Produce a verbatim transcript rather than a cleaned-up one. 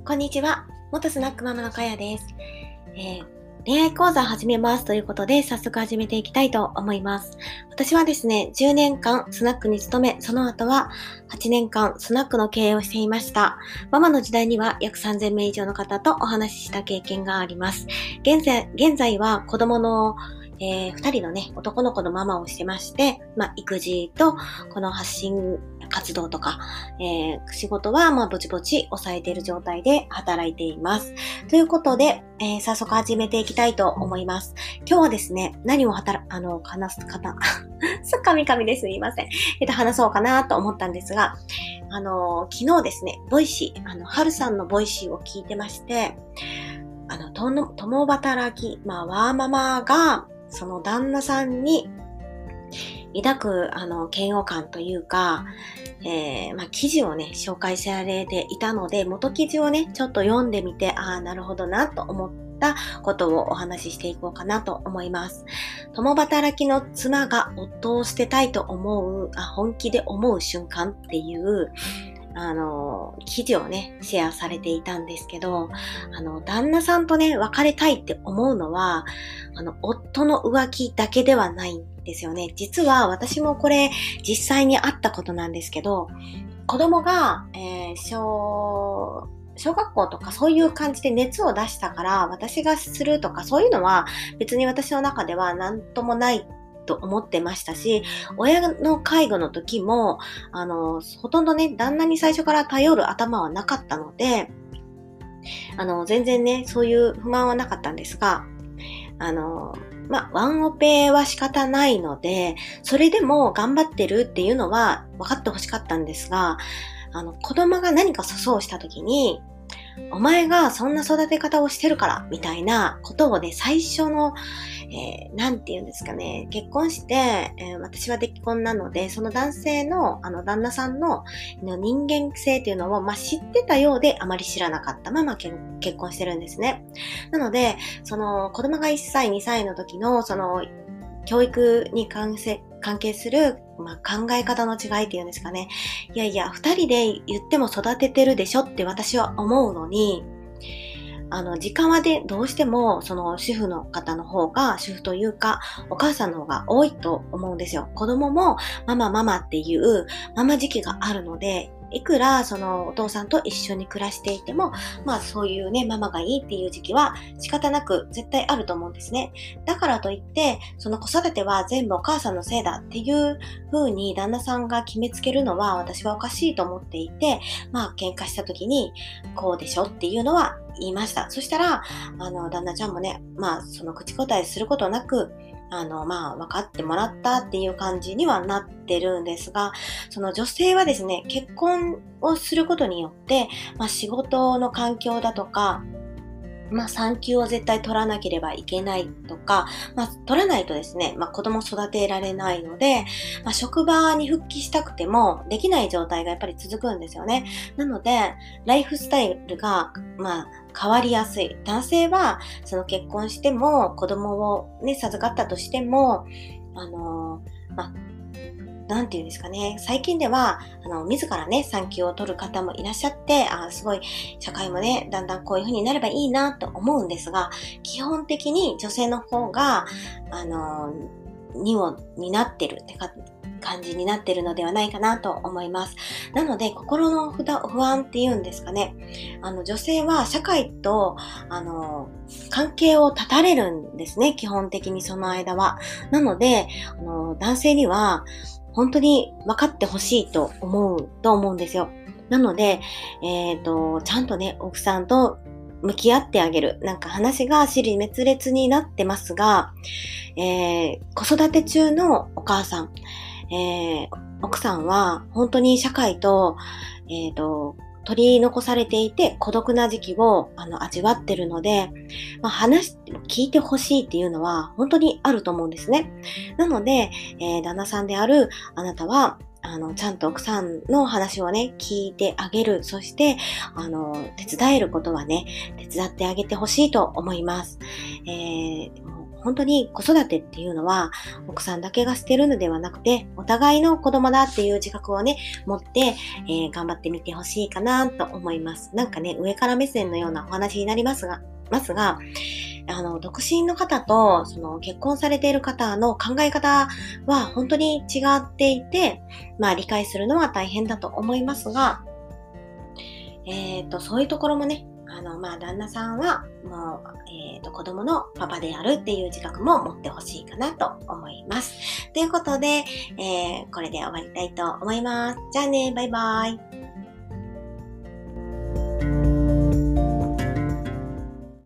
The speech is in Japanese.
こんにちは。元スナックママのかやです。えー、恋愛講座を始めますということで、早速始めていきたいと思います。私はですね、じゅうねんかんスナックに勤め、その後ははちねんかんスナックの経営をしていました。ママの時代には約さんぜんめい以上の方とお話しした経験があります。現在、現在は子供のえー、ふたりのね、男の子のママをしてまして、まあ、育児と、この発信活動とか、えー、仕事は、まあ、ぼちぼち抑えている状態で働いています。ということで、えー、早速始めていきたいと思います。今日はですね、何を働、あの、話す方、すっかみかみですみません。えっと、話そうかなと思ったんですが、あの、昨日ですね、ボイシー、あの、はるさんのボイシーを聞いてまして、あの、との、共働き、まあ、ワーママが、その旦那さんに抱く、あの、嫌悪感というか、えー、まあ、記事をね、紹介されていたので、元記事をね、ちょっと読んでみて、ああ、なるほどな、と思ったことをお話ししていこうかなと思います。共働きの妻が夫を捨てたいと思う、あ、本気で思う瞬間っていう、あの、記事をね、シェアされていたんですけど、あの、旦那さんとね、別れたいって思うのは、あの、夫の浮気だけではないんですよね。実は私もこれ、実際にあったことなんですけど、子供が、えー、小、小学校とかそういう感じで熱を出したから私がするとかそういうのは別に私の中では何ともないと思ってましたし、親の介護の時も、あの、ほとんどね、旦那に最初から頼る頭はなかったので、あの、全然ね、そういう不満はなかったんですが、あの、まあ、ワンオペは仕方ないので、それでも頑張ってるっていうのは分かってほしかったんですが、あの、子供が何か粗相した時に、お前がそんな育て方をしてるから、みたいなことをね、最初の、えー、なんて言うんですかね、結婚して、えー、私は結婚なので、その男性の、あの、旦那さんのの人間性っていうのを、まあ、知ってたようで、あまり知らなかったまま結婚してるんですね。なので、その、子供がいっさい、にさいの時の、その、教育に関係関係する、まあ、考え方の違いっていうんですかね。いやいや、二人で言っても育ててるでしょって私は思うのに、あの、時間はでどうしても、その主婦の方の方が、主婦というか、お母さんの方が多いと思うんですよ。子供もママママっていうママ時期があるので、いくらそのお父さんと一緒に暮らしていても、まあそういうね、ママがいいっていう時期は仕方なく絶対あると思うんですね。だからといって、その子育ては全部お母さんのせいだっていう風に旦那さんが決めつけるのは私はおかしいと思っていて、まあ喧嘩した時にこうでしょっていうのは言いました。そしたら、あの、旦那ちゃんもね、まあその口答えすることなく、あの、まあ、分かってもらったっていう感じにはなってるんですが、その女性はですね、結婚をすることによって、まあ、仕事の環境だとか、まあ、産休を絶対取らなければいけないとか、まあ、取らないとですね、まあ、子供育てられないので、まあ、職場に復帰したくてもできない状態がやっぱり続くんですよね。なので、ライフスタイルが、まあ、変わりやすい。男性は、その結婚しても、子供をね、授かったとしても、あのー、まあ、なんていうんですかね。最近では、あの、自らね、産休を取る方もいらっしゃって、あすごい、社会もね、だんだんこういう風になればいいなと思うんですが、基本的に女性の方が、あの、にを、になってるってか、感じになってるのではないかなと思います。なので、心の不安っていうんですかね。あの、女性は社会と、あの、関係を断たれるんですね。基本的にその間は。なので、あの、男性には、本当に分かってほしいと思うと思うんですよ。なので、えっと、ちゃんとね、奥さんと向き合ってあげる。なんか話が尻滅裂になってますが、えー、子育て中のお母さん、えー、奥さんは本当に社会と、えっと、取り残されていて孤独な時期をあの味わってるので、まあ、話聞いてほしいっていうのは本当にあると思うんですね。なので、えー、旦那さんであるあなたはあのちゃんと奥さんの話をね聞いてあげる。そしてあの手伝えることはね手伝ってあげてほしいと思います。えー本当に子育てっていうのは奥さんだけがしてるのではなくて、お互いの子供だっていう自覚をね、持って、えー頑張ってみてほしいかなと思います。なんかね、上から目線のようなお話になりますが、ますが、あの、独身の方と、その結婚されている方の考え方は本当に違っていて、まあ理解するのは大変だと思いますが、えっと、そういうところもね、あの、まあ、旦那さんは、もう、えっと、子供のパパであるっていう自覚も持ってほしいかなと思います。ということで、えーこれで終わりたいと思います。じゃあね、バイバイ。